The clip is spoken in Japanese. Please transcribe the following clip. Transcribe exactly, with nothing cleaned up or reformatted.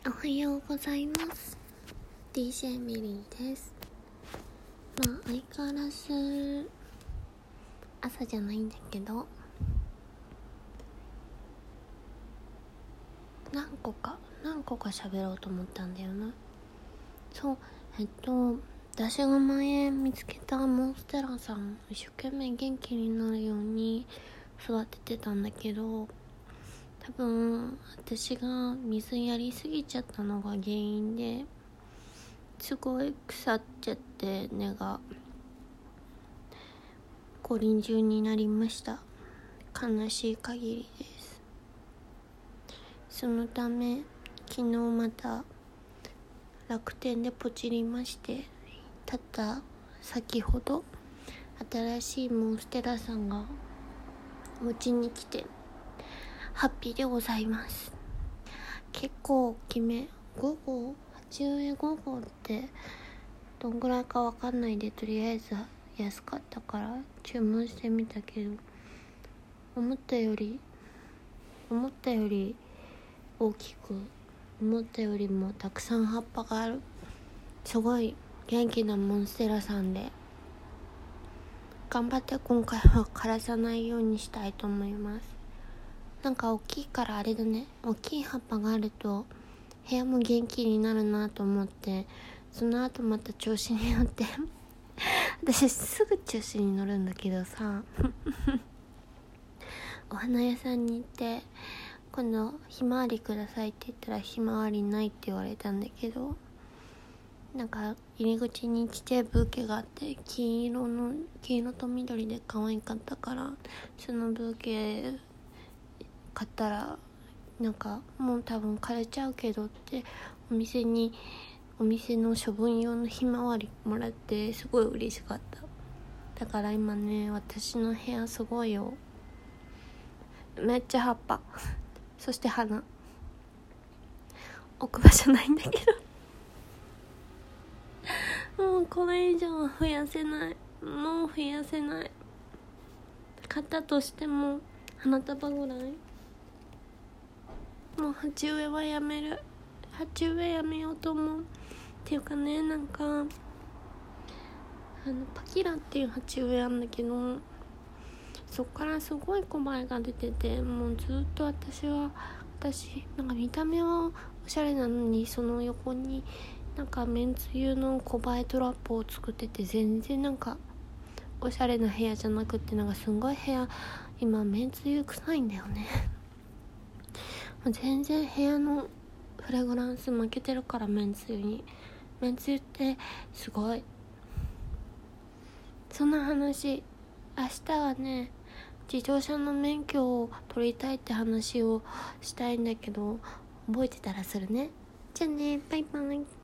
おはようございます。 ディージェー ミリーです。まあ相変わらず朝じゃないんだけど、何個か何個か喋ろうと思ったんだよな。そうえっと私が前見つけたモンステラさん、一生懸命元気になるように育ててたんだけど、多分私が水やりすぎちゃったのが原因ですごい腐っちゃって根が五輪中になりました。悲しい限りです。そのため昨日また楽天でポチりまして、たった先ほど新しいモンステラさんが持ちに来てハッピーでございます。結構大きめ、ご号、鉢植えご号ってどんぐらいかわかんないで、とりあえず安かったから注文してみたけど、思ったより思ったより大きく、思ったよりもたくさん葉っぱがある、すごい元気なモンステラさんで、頑張って今回は枯らさないようにしたいと思います。なんか大きいからあれだね、大きい葉っぱがあると部屋も元気になるなと思って、その後また調子に乗って私すぐ調子に乗るんだけどさお花屋さんに行って今度ひまわりくださいって言ったらひまわりないって言われたんだけど、なんか入り口にちっちゃいブーケがあって、黄色の黄色と緑で可愛かったから、そのブーケ買ったらなんかもう多分枯れちゃうけどってお店にお店の処分用のひまわりもらって、すごい嬉しかった。だから今ね、私の部屋すごいよ、めっちゃ葉っぱそして花、置く場所ないんだけどもうこれ以上は増やせない、もう増やせない。買ったとしても花束ぐらい、もう鉢植えはやめる、鉢植えやめようと思う。っていうかね、なんかあのパキラっていう鉢植えあんだけど、そっからすごい小映えが出てて、もうずっと私は私なんか見た目はおしゃれなのに、その横になんかめんつゆの小映えトラップを作ってて、全然なんかおしゃれな部屋じゃなくって、なんかすんごい部屋今めんつゆ臭いんだよね全然部屋のフレグランス負けてるから、めんつゆに。めんつゆってすごい。そんな話、明日はね、自動車の免許を取りたいって話をしたいんだけど、覚えてたらするね。じゃあね、バイバイ。